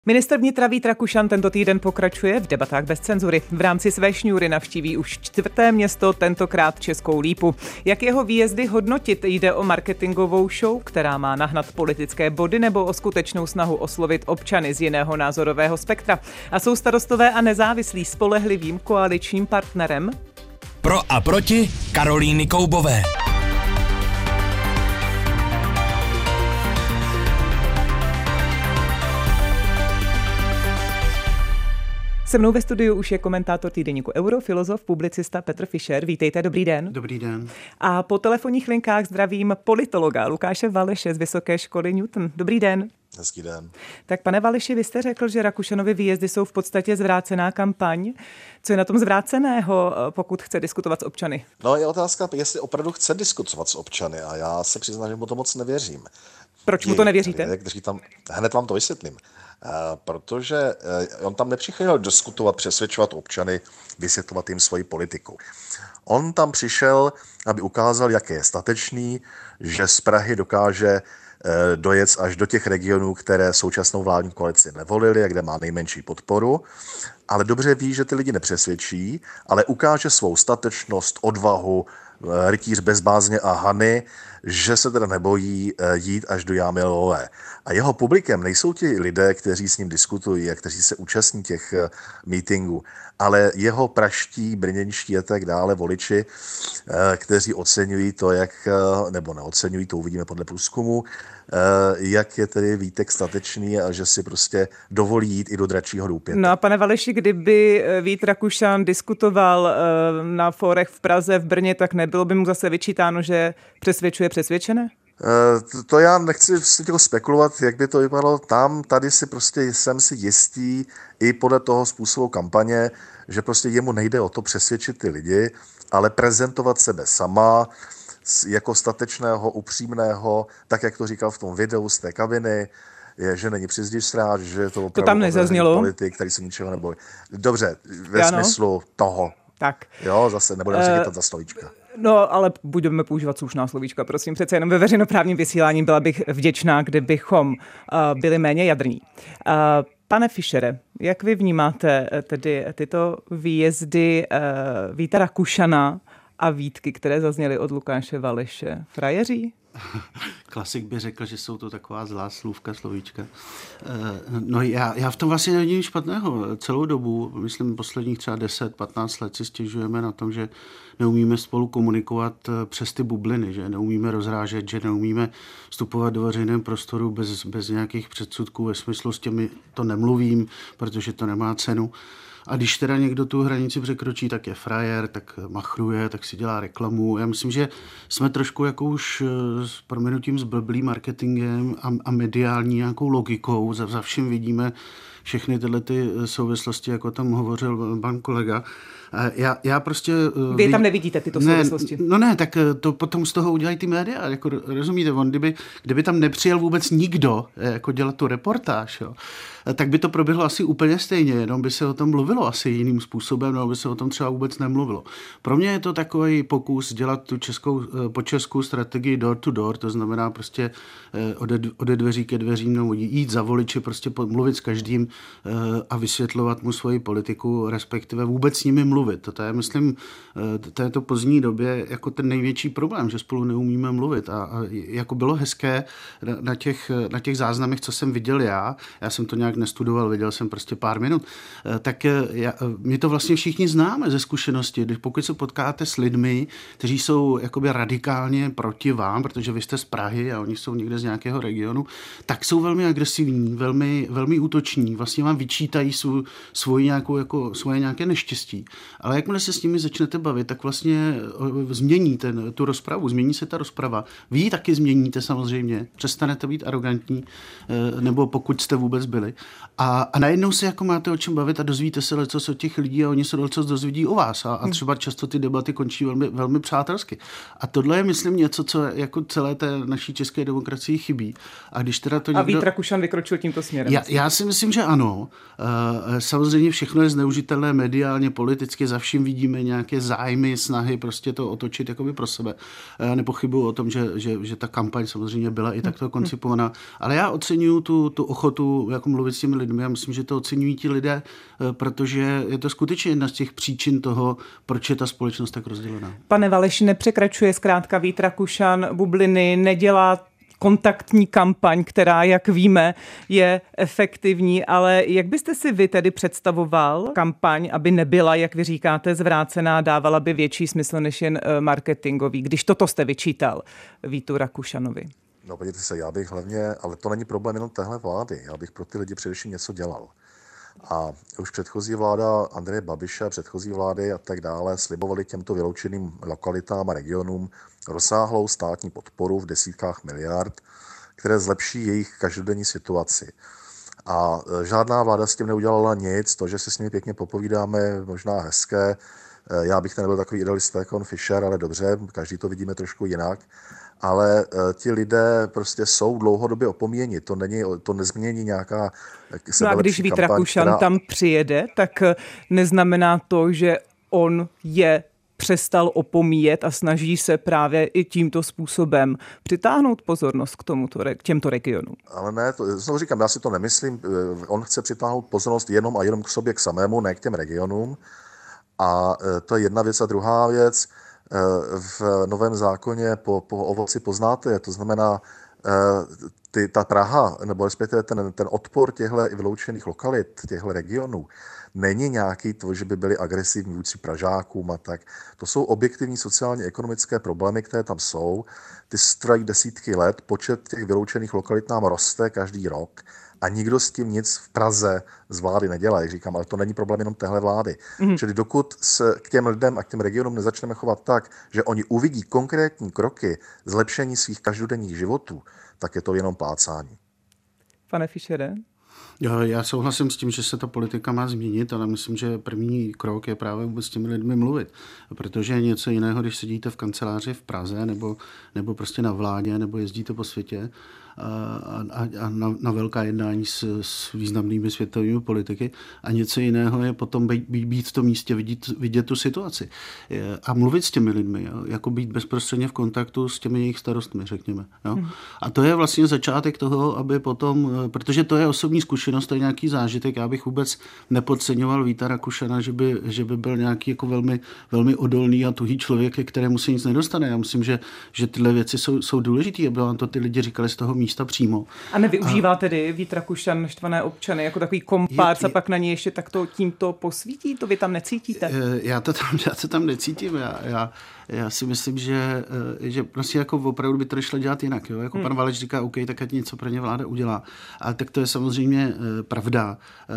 Ministr vnitra Vít Rakušan tento týden pokračuje v debatách bez cenzury. V rámci své šňůry navštíví už 4. město, tentokrát Českou Lípu. Jak jeho výjezdy hodnotit? Jde o marketingovou show, která má nahnat politické body, nebo o skutečnou snahu oslovit občany z jiného názorového spektra? A jsou Starostové a nezávislí spolehlivým koaličním partnerem? Pro a proti Karolíny Koubové. Se mnou ve studiu už je komentátor týdeníku Euro, filozof, publicista Petr Fischer. Vítejte, dobrý den. Dobrý den. A po telefonních linkách zdravím politologa Lukáše Valeše z Vysoké školy Newton. Dobrý den. Hezký den. Tak pane Valeši, vy jste řekl, že Rakušanovi výjezdy jsou v podstatě zvrácená kampaň. Co je na tom zvráceného, pokud chce diskutovat s občany? No, je otázka, jestli opravdu chce diskutovat s občany, a já se přiznám, že mu to moc nevěřím. Proč mu to nevěříte? Hned vám to vysvětlím. Protože on tam nepřišel diskutovat, přesvědčovat občany, vysvětlovat jim svoji politiku. On tam přišel, aby ukázal, jak je statečný, že z Prahy dokáže dojet až do těch regionů, které současnou vládní koalici nevolili a kde má nejmenší podporu, ale dobře ví, že ty lidi nepřesvědčí, ale ukáže svou statečnost, odvahu, rytíř bez bázně a hany, že se teda nebojí jít až do jámy lvové. A jeho publikem nejsou ti lidé, kteří s ním diskutují a kteří se účastní těch mítinků, ale jeho praští, brněnští a tak dále voliči, kteří oceňují to, nebo neoceňují, to uvidíme podle průzkumu, jak je tedy Vítek statečný a že si prostě dovolí jít i do dračího doupěte. No a pane Valeši, kdyby Vít Rakušan diskutoval na fórech v Praze, v Brně, tak nebylo by mu zase vyčítáno, že přesvědčuje přesvědčené? To já nechci si toho spekulovat, jak by to vypadalo tam, tady si prostě jsem si jistý i podle toho způsobu kampaně, že prostě jemu nejde o to přesvědčit ty lidi, ale prezentovat sebe sama jako statečného, upřímného, tak jak to říkal v tom videu z té kabiny, že není přizdíšstráč, že je to opravdu tam nezaznělo. Politik, který se ničeho nebojí. Dobře, ve smyslu toho. Tak. Jo, zase nebudeme se chytat za slovíčka. No, ale budeme používat slušná slovíčka, prosím. Přece jenom ve veřejnoprávním vysílání byla bych vděčná, kdybychom byli méně jadrní. Pane Fischere, jak vy vnímáte tedy tyto výjezdy Víta Rakušana a výtky, které zazněly od Lukáše Valeše? Frajeří? Klasik by řekl, že jsou to taková zlá slůvka, slovíčka. No já v tom vlastně nevidím nic špatného. Celou dobu, myslím posledních třeba 10-15 let si stěžujeme na tom, že neumíme spolu komunikovat přes ty bubliny, že neumíme rozrážet, že neumíme vstupovat do veřejného prostoru bez nějakých předsudků ve smyslu s těmi to nemluvím, protože to nemá cenu. A když teda někdo tu hranici překročí, tak je frajer, tak machruje, tak si dělá reklamu. Já myslím, že jsme trošku jako už s prominutím zblblým marketingem a mediální nějakou logikou. Za vším vidíme všechny tyhle ty souvislosti, jako tam hovořil pan kolega. Já prostě... Vy tam nevidíte tyto souvislosti? Ne, tak to potom z toho udělají ty média. Jako, rozumíte, on kdyby tam nepřijel vůbec nikdo jako dělat tu reportáž, jo, tak by to proběhlo asi úplně stejně, jenom by se o tom mluvilo asi jiným způsobem, nebo by se o tom třeba vůbec nemluvilo. Pro mě je to takový pokus dělat tu po českou strategii door to door, to znamená prostě ode dveří ke dveřím, nebo jít za voliči, prostě mluvit s každým a vysvětlovat mu svoji politiku, respektive vůbec s nimi mluvit. To je, myslím, této pozdní době jako ten největší problém, že spolu neumíme mluvit. A jako bylo hezké na těch záznamech, co jsem viděl já jsem to nějak nestudoval, viděl jsem prostě pár minut, tak my to vlastně všichni známe ze zkušenosti. Pokud se potkáte s lidmi, kteří jsou jakoby radikálně proti vám, protože vy jste z Prahy a oni jsou někde z nějakého regionu, tak jsou velmi agresivní, velmi, velmi útoční, vlastně vám vyčítají svoje nějaké neštěstí. Ale jakmile se s nimi začnete bavit, tak vlastně změní tu rozpravu, změní se ta rozprava. Vy ji taky změníte samozřejmě, přestanete být arrogantní, nebo pokud jste vůbec byli. A najednou se jako máte o čem bavit a dozvíte se lecos od těch lidí a oni se lecos dozvědí o vás. A třeba často ty debaty končí velmi, velmi přátelsky. A tohle je, myslím, něco, co jako celé té naší české demokracii chybí. A když teda to A Vít Rakušan vykročil tímto směrem. Já si myslím, že ano. Samozřejmě všechno je zneužitelné mediálně, politicky, za vším vidíme nějaké zájmy, snahy prostě to otočit jakoby pro sebe. Já nepochybuju o tom, že ta kampaň samozřejmě byla i takto koncipovaná, ale já oceňuju tu ochotu jako mluvit s těmi lidmi. Já myslím, že to oceňují ti lidé, protože je to skutečně jedna z těch příčin toho, proč je ta společnost tak rozdělená. Pane Valeši, nepřekračuje zkrátka Vít Rakušan bubliny, nedělá kontaktní kampaň, která, jak víme, je efektivní, ale jak byste si vy tedy představoval kampaň, aby nebyla, jak vy říkáte, zvrácená, dávala by větší smysl než jen marketingový, když toto jste vyčítal Vítu Rakušanovi? No podívejte se, já bych hlavně, ale to není problém jenom téhle vlády, já bych pro ty lidi především něco dělal. A už předchozí vláda Andreje Babiše, předchozí vlády a tak dále slibovali těmto vyloučeným lokalitám a regionům rozsáhlou státní podporu v desítkách miliard, které zlepší jejich každodenní situaci. A žádná vláda s tím neudělala nic, to, že si s nimi pěkně popovídáme, možná hezké. Já bych nebyl takový idealista jako on Fischer, ale dobře, každý to vidíme trošku jinak. Ale ti lidé prostě jsou dlouhodobě opomíjeni. To nezmění nějaká sebelepší kampaň. A když Vít Rakušan tam přijede, tak neznamená to, že on je přestal opomíjet a snaží se právě i tímto způsobem přitáhnout pozornost k těmto regionům. Ale ne, znovu říkám, já si to nemyslím. On chce přitáhnout pozornost jenom a jenom k sobě, k samému, ne k těm regionům. A to je jedna věc. A druhá věc, v novém zákoně po ovoci poznáte, to znamená ta Praha, nebo respektive ten odpor těchto vyloučených lokalit, těchto regionů, není nějaký to, že by byli agresivní vůči Pražákům a tak. To jsou objektivní sociálně-ekonomické problémy, které tam jsou. Ty trvají desítky let, počet těch vyloučených lokalit nám roste každý rok a nikdo s tím nic v Praze z vlády nedělá, jak říkám, ale to není problém jenom téhle vlády. Čili dokud se k těm lidem a k těm regionům nezačneme chovat tak, že oni uvidí konkrétní kroky zlepšení svých každodenních životů, tak je to jenom plácání. Pane Fischere? Já souhlasím s tím, že se ta politika má změnit, ale myslím, že první krok je právě vůbec s těmi lidmi mluvit. Protože je něco jiného, když sedíte v kanceláři v Praze nebo prostě na vládě nebo jezdíte po světě a na velká jednání s významnými světovými politiky a něco jiného je potom být v tom místě, vidět tu situaci a mluvit s těmi lidmi, jo? Jako být bezprostředně v kontaktu s těmi jejich starostmi, řekněme. Jo? A to je vlastně začátek toho, aby potom, protože to je osobní zkušenost, to je nějaký zážitek, já bych vůbec nepodceňoval Víta Rakušana, že by byl nějaký jako velmi, velmi odolný a tuhý člověk, kterému se nic nedostane. Já myslím, že tyhle věci jsou důležité, aby vám to ty lidi říkali z toho místa přímo. A nevyužívá tedy Vít Rakušan naštvané občany jako takový kompárc a pak na ně ještě takto tímto posvítí? To vy tam necítíte? Já to tam necítím. Já si myslím, že prostě jako opravdu by to šlo dělat jinak. Jo? Jako pan Valeš říká, OK, tak ať něco pro ně vláda udělá. Ale tak to je samozřejmě pravda.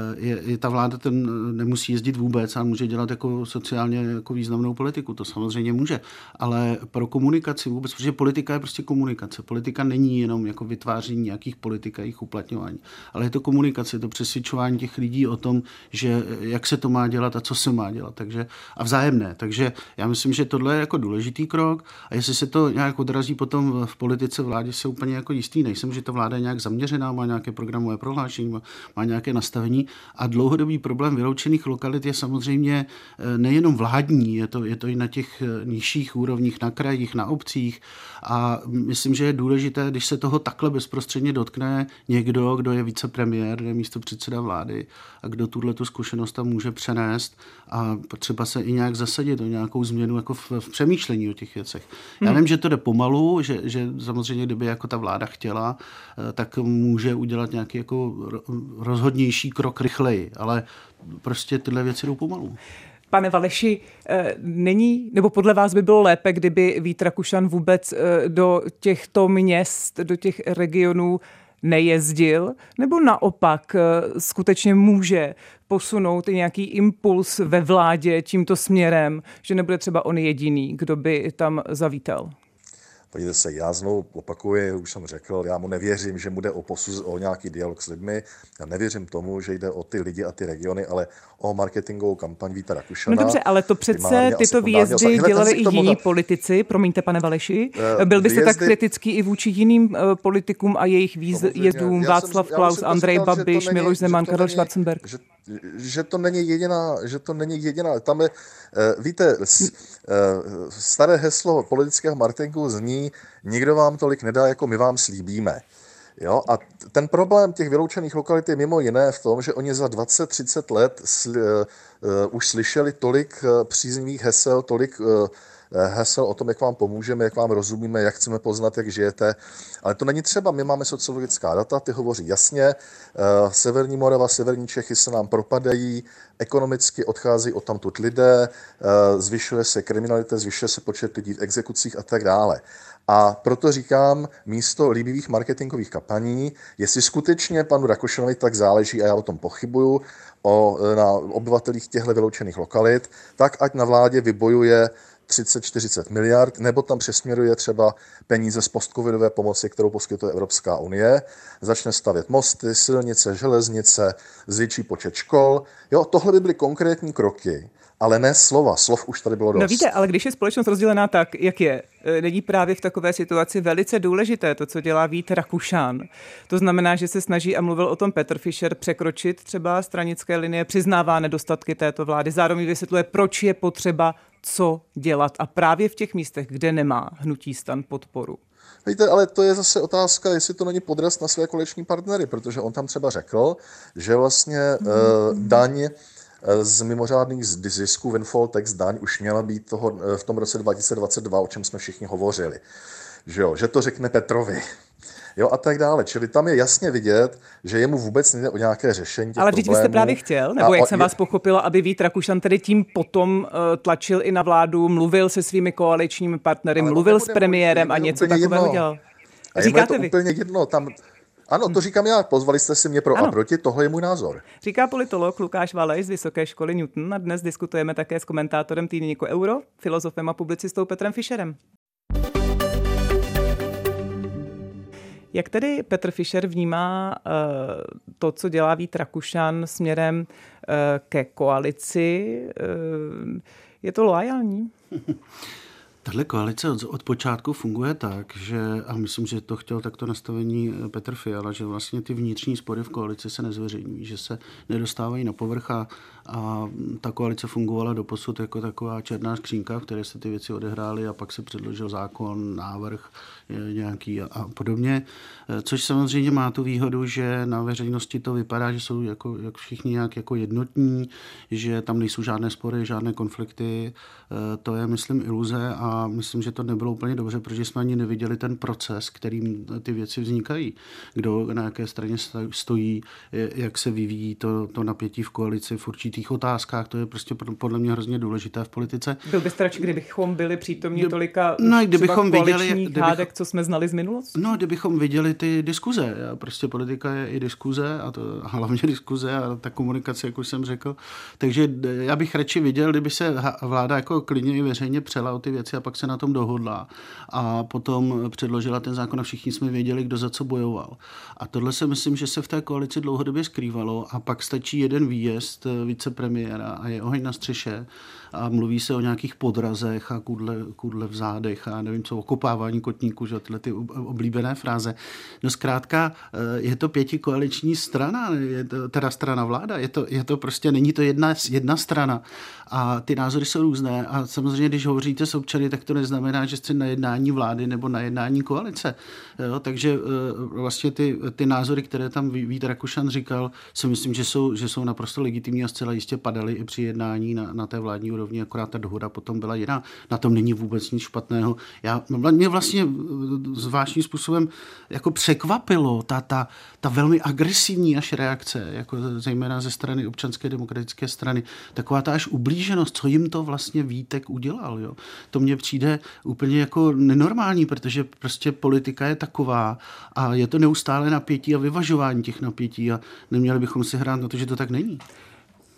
Ta vláda nemusí jezdit vůbec a může dělat jako sociálně jako významnou politiku. To samozřejmě může. Ale pro komunikaci vůbec, protože politika je prostě komunikace. Politika není jenom jako vytváření nějakých politik a jejich uplatňování. Ale je to komunikace, to přesvědčování těch lidí o tom, že jak se to má dělat a co se má dělat. Takže, a vzájemné. Takže já myslím, že tohle je jako důležitý krok a jestli se to nějak odrazí potom v politice vládě, se úplně jako jistý nejsem, že ta vláda je nějak zaměřená, má nějaké programové prohlášení, má nějaké nastavení a dlouhodobý problém vyloučených lokalit je samozřejmě nejenom vládní, je to i na těch nižších úrovních, na krajích, na obcích a myslím, že je důležité, když se toho takhle bezprostředně dotkne někdo, kdo je vicepremiér, je místopředseda vlády a kdo tuhletu zkušenost tam může přenést a potřeba se i nějak zasadit do nějakou změnu jako v přemýšlení o těch věcech. Já vím, že to jde pomalu, že samozřejmě, kdyby jako ta vláda chtěla, tak může udělat nějaký jako rozhodnější krok rychleji, ale prostě tyhle věci jdou pomalu. Pane Valeši, není, nebo podle vás by bylo lépe, kdyby Vít Rakušan vůbec do těchto měst, do těch regionů nejezdil, nebo naopak skutečně může posunout i nějaký impuls ve vládě tímto směrem, že nebude třeba on jediný, kdo by tam zavítal? Podívejte se, já znovu opakuji, už jsem řekl, já mu nevěřím, že mu jde o nějaký dialog s lidmi. Já nevěřím tomu, že jde o ty lidi a ty regiony, ale o marketingovou kampaň Víta Rakušana. No dobře, ale to přece tyto výjezdy dělali i jiní politici. Promiňte, pane Valeši. Byl byste tak kritický i vůči jiným politikům a jejich výjezdům? Václav Klaus, Andrej Babiš, Miloš Zeman, Karel Schwarzenberg. Že to není jediná. Tam je, víte, staré heslo politického marketingu zní, nikdo vám tolik nedá, jako my vám slíbíme. Jo? A ten problém těch vyloučených lokalit je mimo jiné v tom, že oni za 20-30 let už slyšeli tolik příznivých hesel, tolik hesel o tom, jak vám pomůžeme, jak vám rozumíme, jak chceme poznat, jak žijete. Ale to není třeba, my máme sociologická data, ty hovoří jasně, severní Morava, severní Čechy se nám propadají, ekonomicky odchází odtamtud lidé, zvyšuje se kriminalita, zvyšuje se počet lidí v exekucích a tak dále. A proto říkám, místo líbivých marketingových kampaní, jestli skutečně panu Rakušanovi tak záleží, a já o tom pochybuju, na obyvatelích těchto vyloučených lokalit, tak ať na vládě vybojuje 30-40 miliard, nebo tam přesměruje třeba peníze z postcovidové pomoci, kterou poskytuje Evropská unie, začne stavět mosty, silnice, železnice, zvětší počet škol. Jo, tohle by byly konkrétní kroky, ale ne slova. Slov už tady bylo dost. No víte, ale když je společnost rozdělená tak, jak je, není právě v takové situaci velice důležité to, co dělá Vít Rakušan. To znamená, že se snaží, a mluvil o tom Petr Fischer, překročit třeba stranické linie, přiznává nedostatky této vlády, zároveň vysvětluje, proč je potřeba co dělat a právě v těch místech, kde nemá hnutí STAN podporu. Víte, ale to je zase otázka, jestli to není podraz na své koaliční partnery, protože on tam třeba řekl, že vlastně daň z mimořádných zisků, windfall tax daň už měla být v tom roce 2022, o čem jsme všichni hovořili. Že to řekne Petrovi. Jo, a tak dále. Čili tam je jasně vidět, že jemu vůbec nejde o nějaké řešení těch ale problémů. Ale vždyť byste právě chtěl, nebo jak jsem vás pochopila, aby Vít Rakušan tedy tím potom tlačil i na vládu, mluvil se svými koaličními partnery, mluvil s premiérem a něco takového dělal. Říkáte vy? Úplně jedno, tam... Ano, to říkám já. Pozvali jste si mě pro a proti, tohle je můj názor. Říká politolog Lukáš Valeš z Vysoké školy Newton a dnes diskutujeme také s komentátorem týdeníku Euro, filozofem a publicistou Petrem Fischerem. Jak tedy Petr Fischer vnímá to, co dělá Vít Rakušan směrem ke koalici? Je to loajální? Tahle koalice od počátku funguje tak, že, a myslím, že to chtěl takto nastavení Petr Fiala, že vlastně ty vnitřní spory v koalici se nezveřejňují, že se nedostávají na povrch a ta koalice fungovala doposud jako taková černá skřínka, v které se ty věci odehrály a pak se předložil zákon, návrh nějaký a podobně, což samozřejmě má tu výhodu, že na veřejnosti to vypadá, že jsou jak všichni nějak jako jednotní, že tam nejsou žádné spory, žádné konflikty, to je, myslím, iluze a myslím, že to nebylo úplně dobře, protože jsme ani neviděli ten proces, kterým ty věci vznikají. Kdo na jaké straně stojí, jak se vyvíjí to napětí v koalici v určitých otázkách, to je prostě podle mě hrozně důležité v politice. Byl byste radši, kdybychom byli přítomni tolika koaličních hádek, co jsme znali z minulosti? No, kdybychom viděli ty diskuze. Prostě politika je i diskuze a hlavně diskuze a ta komunikace, jak už jsem řekl. Takže já bych radši viděl, kdyby se vláda jako klidně i veřejně přela o ty věci a pak se na tom dohodla a potom předložila ten zákon a všichni jsme věděli, kdo za co bojoval. A tohle si myslím, že se v té koalici dlouhodobě skrývalo a pak stačí jeden výjezd vicepremiéra a je oheň na střeše a mluví se o nějakých podrazech a kudle v zádech a nevím co, okopávání kotníků, že tyhle ty oblíbené fráze. No zkrátka je to pětikoaliční strana, je to teda strana vláda, je to prostě, není to jedna strana a ty názory jsou různé a samozřejmě, když hovoříte s občany, tak to neznamená, že jste na jednání vlády nebo na jednání koalice. Jo, takže vlastně ty názory, které tam Vít Rakušan říkal, si myslím, že jsou naprosto legitimní a zcela jistě padaly i při jednání na té vládní úrovni, akorát ta dohoda potom byla jiná. Na tom není vůbec nic špatného. Mě vlastně zvláštním způsobem jako překvapilo ta velmi agresivní až reakce, jako zejména ze strany Občanské demokratické strany, taková ta až ublíženost, co jim to vlastně Vítek udělal. Jo. To mně přijde úplně jako nenormální, protože prostě politika je taková a je to neustále napětí a vyvažování těch napětí a neměli bychom si hrát na to, že to tak není.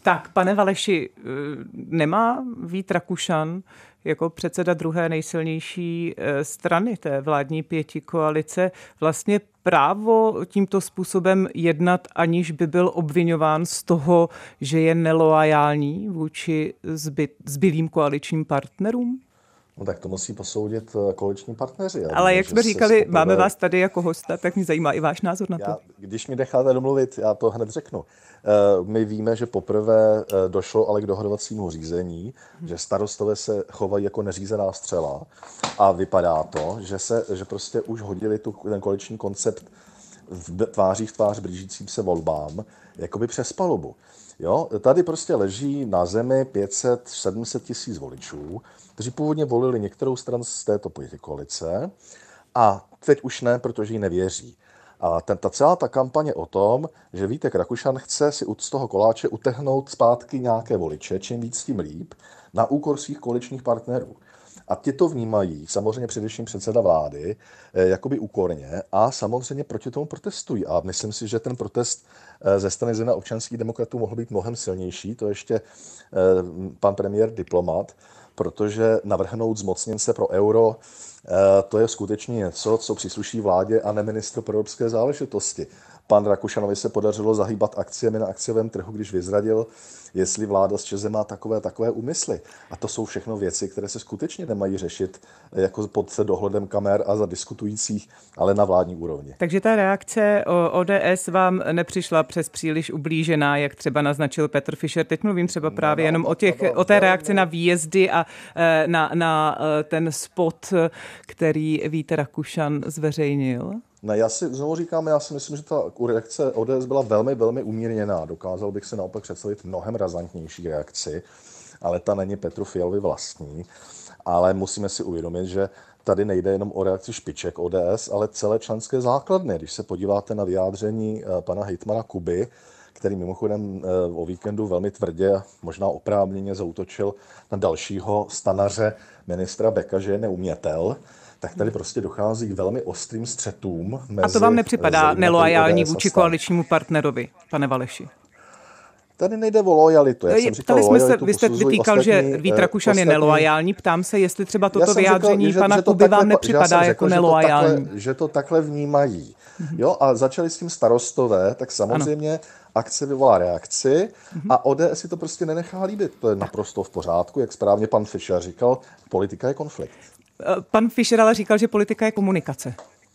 Tak, pane Valeši, nemá Vít Rakušan jako předseda druhé nejsilnější strany té vládní pětikoalice vlastně právo tímto způsobem jednat, aniž by byl obviňován z toho, že je neloajální vůči zbylým koaličním partnerům? No tak to musí posoudit koaliční partneři. Ale jak jsme říkali, máme vás tady jako hosta, tak mě zajímá i váš názor na to. Když mi necháte domluvit, já to hned řeknu. My víme, že poprvé došlo ale k dohodovacímu řízení, že starostové se chovají jako neřízená střela a vypadá to, že prostě už hodili ten koaliční koncept tváří v tvář blížícím se volbám jakoby přes palubu. Jo? Tady prostě leží na zemi 500-700 tisíc voličů, kteří původně volili některou stranu z této pětikoalice a teď už ne, protože jí nevěří. A celá ta kampaně o tom, že Vítek Rakušan chce si z toho koláče utehnout zpátky nějaké voliče, čím víc, tím líp, na úkor svých koaličních partnerů. A ti to vnímají, samozřejmě především předseda vlády, jakoby úkorně a samozřejmě proti tomu protestují. A myslím si, že ten protest ze strany zejména občanských demokratů mohl být mnohem silnější. To ještě pan premiér diplomat, protože navrhnout zmocněnce pro euro, to je skutečně něco, co přísluší vládě a ne ministru pro evropské záležitosti. Pan Rakušanovi se podařilo zahýbat akciemi na akciovém trhu, když vyzradil, jestli vláda s ČEZem má takové úmysly. A to jsou všechno věci, které se skutečně nemají řešit jako pod dohledem kamer a za diskutujících, ale na vládní úrovni. Takže ta reakce ODS vám nepřišla přes příliš ublížená, jak třeba naznačil Petr Fischer. Teď mluvím třeba právě jenom o té reakci na výjezdy a na ten spot, který Vít Rakušan zveřejnil. Ne, já si myslím, že ta reakce ODS byla velmi, velmi umírněná. Dokázal bych si naopak představit mnohem razantnější reakci, ale ta není Petru Fialovi vlastní. Ale musíme si uvědomit, že tady nejde jenom o reakci špiček ODS, ale celé členské základny. Když se podíváte na vyjádření pana hejtmana Kuby, který mimochodem o víkendu velmi tvrdě a možná oprávněně zaútočil na dalšího stanaře ministra Beka, že je neumětel, tak tady prostě dochází k velmi ostrým střetům. A to vám nepřipadá neloajální vůči koaličnímu partnerovi, pane Valeši? Tady nejde o lojalitu. Vy jste vytýkal, že Vít Rakušan je neloajální. Ptám se, jestli třeba toto vyjádření pana Kuby vám nepřipadá jako neloajální. Že to takhle vnímají. Jo, a začali s tím starostové, tak samozřejmě akce vyvolá reakci a ODS si to prostě nenechá líbit. To je naprosto v pořádku, jak správně pan Fischer říkal, politika je konflikt. Pan Fischer ale říkal, že politika je komunikace.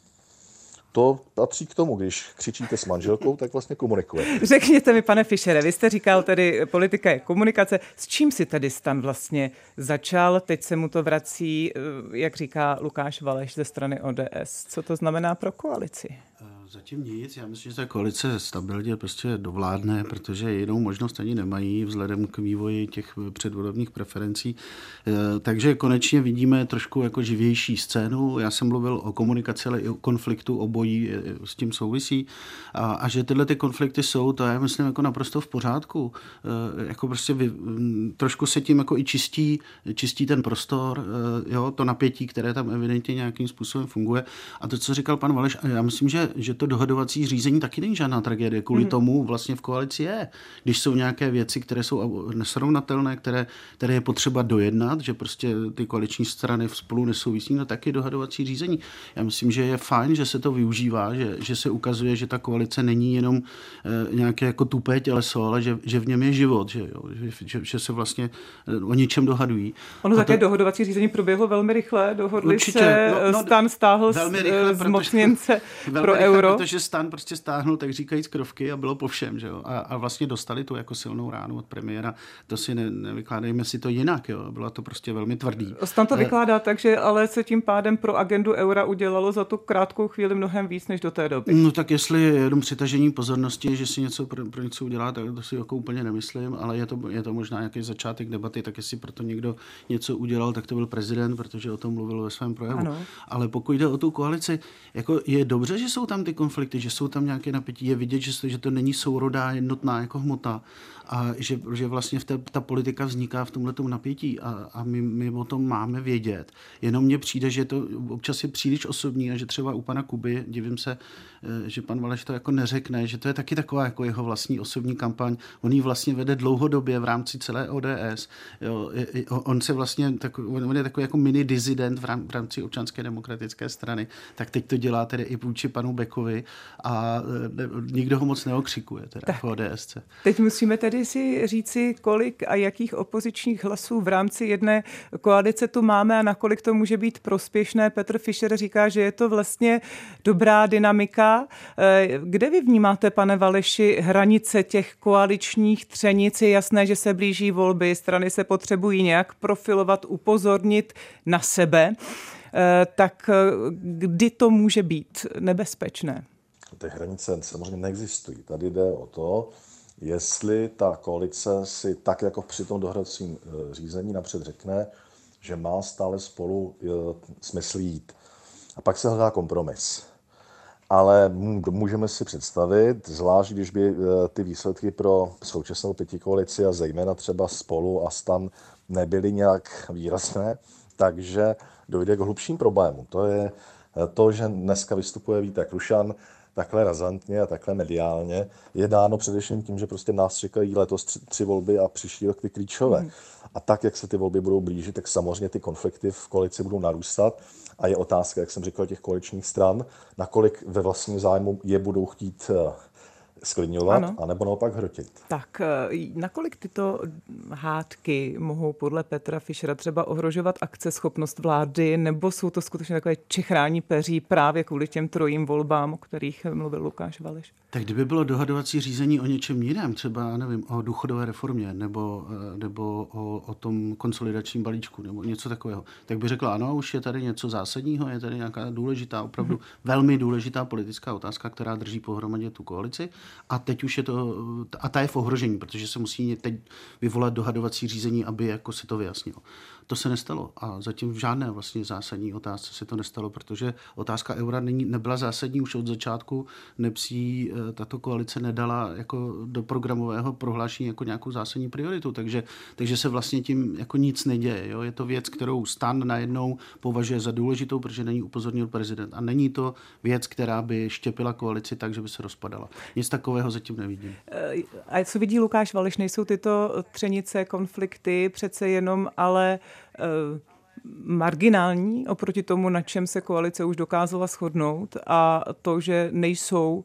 To patří k tomu, když křičíte s manželkou, tak vlastně komunikujete. Řekněte mi, pane Fischere, vy jste říkal tedy, politika je komunikace. S čím si tedy STAN vlastně začal? Teď se mu to vrací, jak říká Lukáš Valeš ze strany ODS. Co to znamená pro koalici? Zatím nic. Já myslím, že ta koalice stabilně prostě dovládne, protože jinou možnost ani nemají vzhledem k vývoji těch předvolebních preferencí. Takže konečně vidíme trošku jako živější scénu. Já jsem mluvil o komunikaci, ale i o konfliktu, obojí s tím souvisí. A že tyhle ty konflikty jsou, to já myslím jako naprosto v pořádku. Jako prostě trošku se tím jako i čistí ten prostor, jo, to napětí, které tam evidentně nějakým způsobem funguje. A to, co říkal pan Valeš, já myslím, že to dohodovací řízení taky není žádná tragédie. Kvůli tomu vlastně v koalici je. Když jsou nějaké věci, které jsou nesrovnatelné, které je potřeba dojednat, že prostě ty koaliční strany spolu nesouvisí, no taky dohodovací řízení. Já myslím, že je fajn, že se to využívá, že se ukazuje, že ta koalice není jenom nějaké jako tupé těleso, ale že v něm je život, že se vlastně o ničem dohadují. Ono také dohodovací řízení proběhlo velmi rychle, dohodli určitě, se, STAN stáhl zmocněnce pro euro. Protože STAN prostě stáhnul, tak říkají z krovky a bylo po všem, že jo. A vlastně dostali tu jako silnou ránu od premiéra. To si nevykládejme si to jinak, jo. Bylo to prostě velmi tvrdý. STAN to vykládá tak, že ale se tím pádem pro agendu eura udělalo za tu krátkou chvíli mnohem víc než do té doby. No tak jestli je jenom přitažení pozornosti, že si něco pro něco udělá, tak to si jako úplně nemyslím, ale je to možná nějaký začátek debaty, tak jestli proto někdo něco udělal, tak to byl prezident, protože o tom mluvil ve svém projevu. Ano. Ale pokud jde o tu koalici, jako je dobře, že jsou tam ty konflikty, že jsou tam nějaké napětí, je vidět, že to není sourodá jednotná jako hmota a že vlastně ta politika vzniká v tomhletom napětí a my o tom máme vědět. Jenom mně přijde, že to občas je příliš osobní a že třeba u pana Kuby, divím se, že pan Valeš to jako neřekne, že to je taky taková jako jeho vlastní osobní kampaň. On ji vlastně vede dlouhodobě v rámci celé ODS. Jo, on je takový jako mini disident v rámci Občanské demokratické strany. Tak teď to dělá tedy i vůči panu Bekovi a nikdo ho moc neokřikuje teda v ODS. Teď musíme tedy si říci, kolik a jakých opozičních hlasů v rámci jedné koalice tu máme a nakolik to může být prospěšné. Petr Fischer říká, že je to vlastně dobrá dynamika. Kde vy vnímáte, pane Valeši, hranice těch koaličních třenic? Je jasné, že se blíží volby, strany se potřebují nějak profilovat, upozornit na sebe. Tak kdy to může být nebezpečné? Ty hranice samozřejmě neexistují. Tady jde o to, jestli ta koalice si tak jako při tom dohodovacím řízení napřed řekne, že má stále spolu smysl jít. A pak se hledá kompromis. Ale můžeme si představit, zvlášť když by ty výsledky pro současnou pětikoalici a zejména třeba Spolu a STAN nebyly nějak výrazné, takže dojde k hlubším problémům. To je to, že dneska vystupuje Vít Rakušan takhle razantně a takhle mediálně, je dáno především tím, že prostě nás čekají letos 3 volby a příští rok ty klíčové. A tak, jak se ty volby budou blížit, tak samozřejmě ty konflikty v koalici budou narůstat a je otázka, jak jsem říkal, těch koaličních stran, nakolik ve vlastním zájmu je budou chtít sklidňovat, anebo naopak hrotit. Tak nakolik tyto hádky mohou podle Petra Fischera třeba ohrožovat akceschopnost vlády, nebo jsou to skutečně takové čechrání peří právě kvůli těm 3 volbám, o kterých mluvil Lukáš Valeš? Tak kdyby bylo dohadovací řízení o něčem jiném, třeba nevím, o důchodové reformě nebo o tom konsolidačním balíčku nebo něco takového, tak by řekla, ano, už je tady něco zásadního, je tady nějaká důležitá, opravdu velmi důležitá politická otázka, která drží pohromadě tu koalici. A teď už je to, a ta je v ohrožení, protože se musí teď vyvolat dohadovací řízení, aby jako se to vyjasnilo. To se nestalo a zatím v žádné vlastně zásadní otázce se to nestalo, protože otázka eura nebyla zásadní už od začátku, nepsí tato koalice nedala jako do programového prohlášení jako nějakou zásadní prioritu, takže se vlastně tím jako nic neděje. Jo? Je to věc, kterou STAN najednou považuje za důležitou, protože na ní upozornil prezident a není to věc, která by štěpila koalici tak, že by se rozpadala. Nic takového zatím nevidím. A co vidí Lukáš Valeš, nejsou tyto třenice, konflikty přece jenom ale marginální oproti tomu, na čem se koalice už dokázala shodnout, a to, že nejsou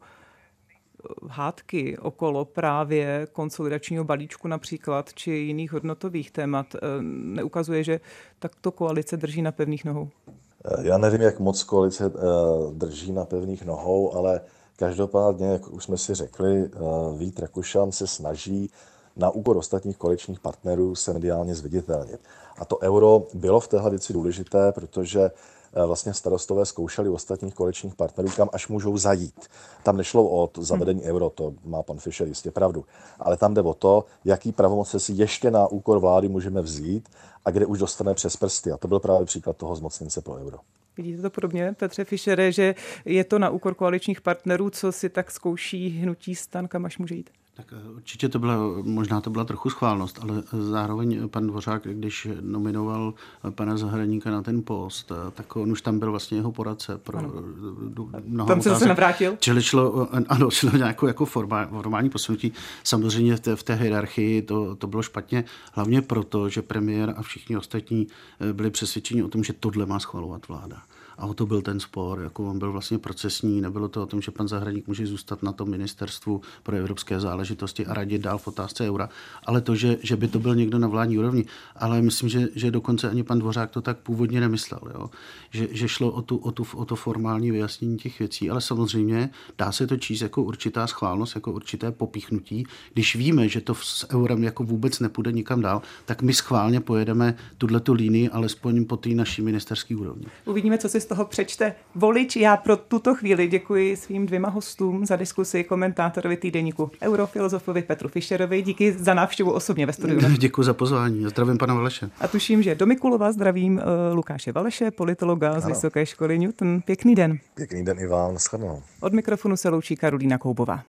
hádky okolo právě konsolidačního balíčku například, či jiných hodnotových témat, neukazuje, že takto koalice drží na pevných nohou? Já nevím, jak moc koalice drží na pevných nohou, ale každopádně, jak už jsme si řekli, Vít Rakušan se snaží na úkor ostatních koaličních partnerů se mediálně zviditelnit. A to euro bylo v téhle věci důležité, protože vlastně starostové zkoušeli ostatních koaličních partnerů, kam až můžou zajít. Tam nešlo o zavedení euro, to má pan Fischer jistě pravdu, ale tam jde o to, jaký pravomoce si ještě na úkor vlády můžeme vzít a kde už dostane přes prsty. A to byl právě příklad toho zmocněnce pro euro. Vidíte to podobně, Petře Fischere, že je to na úkor koaličních partnerů, co si tak zkouší hnutí STAN, kam až může jít? Tak určitě možná to byla trochu schválnost, ale zároveň pan Dvořák, když nominoval pana Zahradníka na ten post, tak on už tam byl vlastně jeho poradce pro mnoho tam se zase navrátil? Čili šlo nějakou jako formální posunutí. Samozřejmě v té hierarchii to bylo špatně, hlavně proto, že premiér a všichni ostatní byli přesvědčeni o tom, že tohle má schvalovat vláda. A o to byl ten spor, jako on byl vlastně procesní, nebylo to o tom, že pan Zahradník může zůstat na tom ministerstvu pro evropské záležitosti a radit dál v otázce eura, ale to, že by to byl někdo na vládní úrovni. Ale myslím, že dokonce ani pan Dvořák to tak původně nemyslel, jo? Že šlo o to formální vyjasnění těch věcí, ale samozřejmě dá se to číst jako určitá schválnost, jako určité popíchnutí. Když víme, že to s eurem jako vůbec nepůjde nikam dál, tak my schválně pojedeme tuhletu línii, alespoň po té naší ministerské úrovni. Uvidíme, co si z toho přečte volič. Já pro tuto chvíli děkuji svým 2 hostům za diskusi, komentátorovi týdeníku Eurofilozofovi Petru Fischerovi. Díky za návštěvu osobně ve studiu. Děkuji za pozvání. Zdravím pana Valeše. A tuším, že do Mikulova zdravím Lukáše Valeše, politologa z Vysoké školy Newton. Pěkný den. Pěkný den i vám, nashledanou. Od mikrofonu se loučí Karolína Koubová.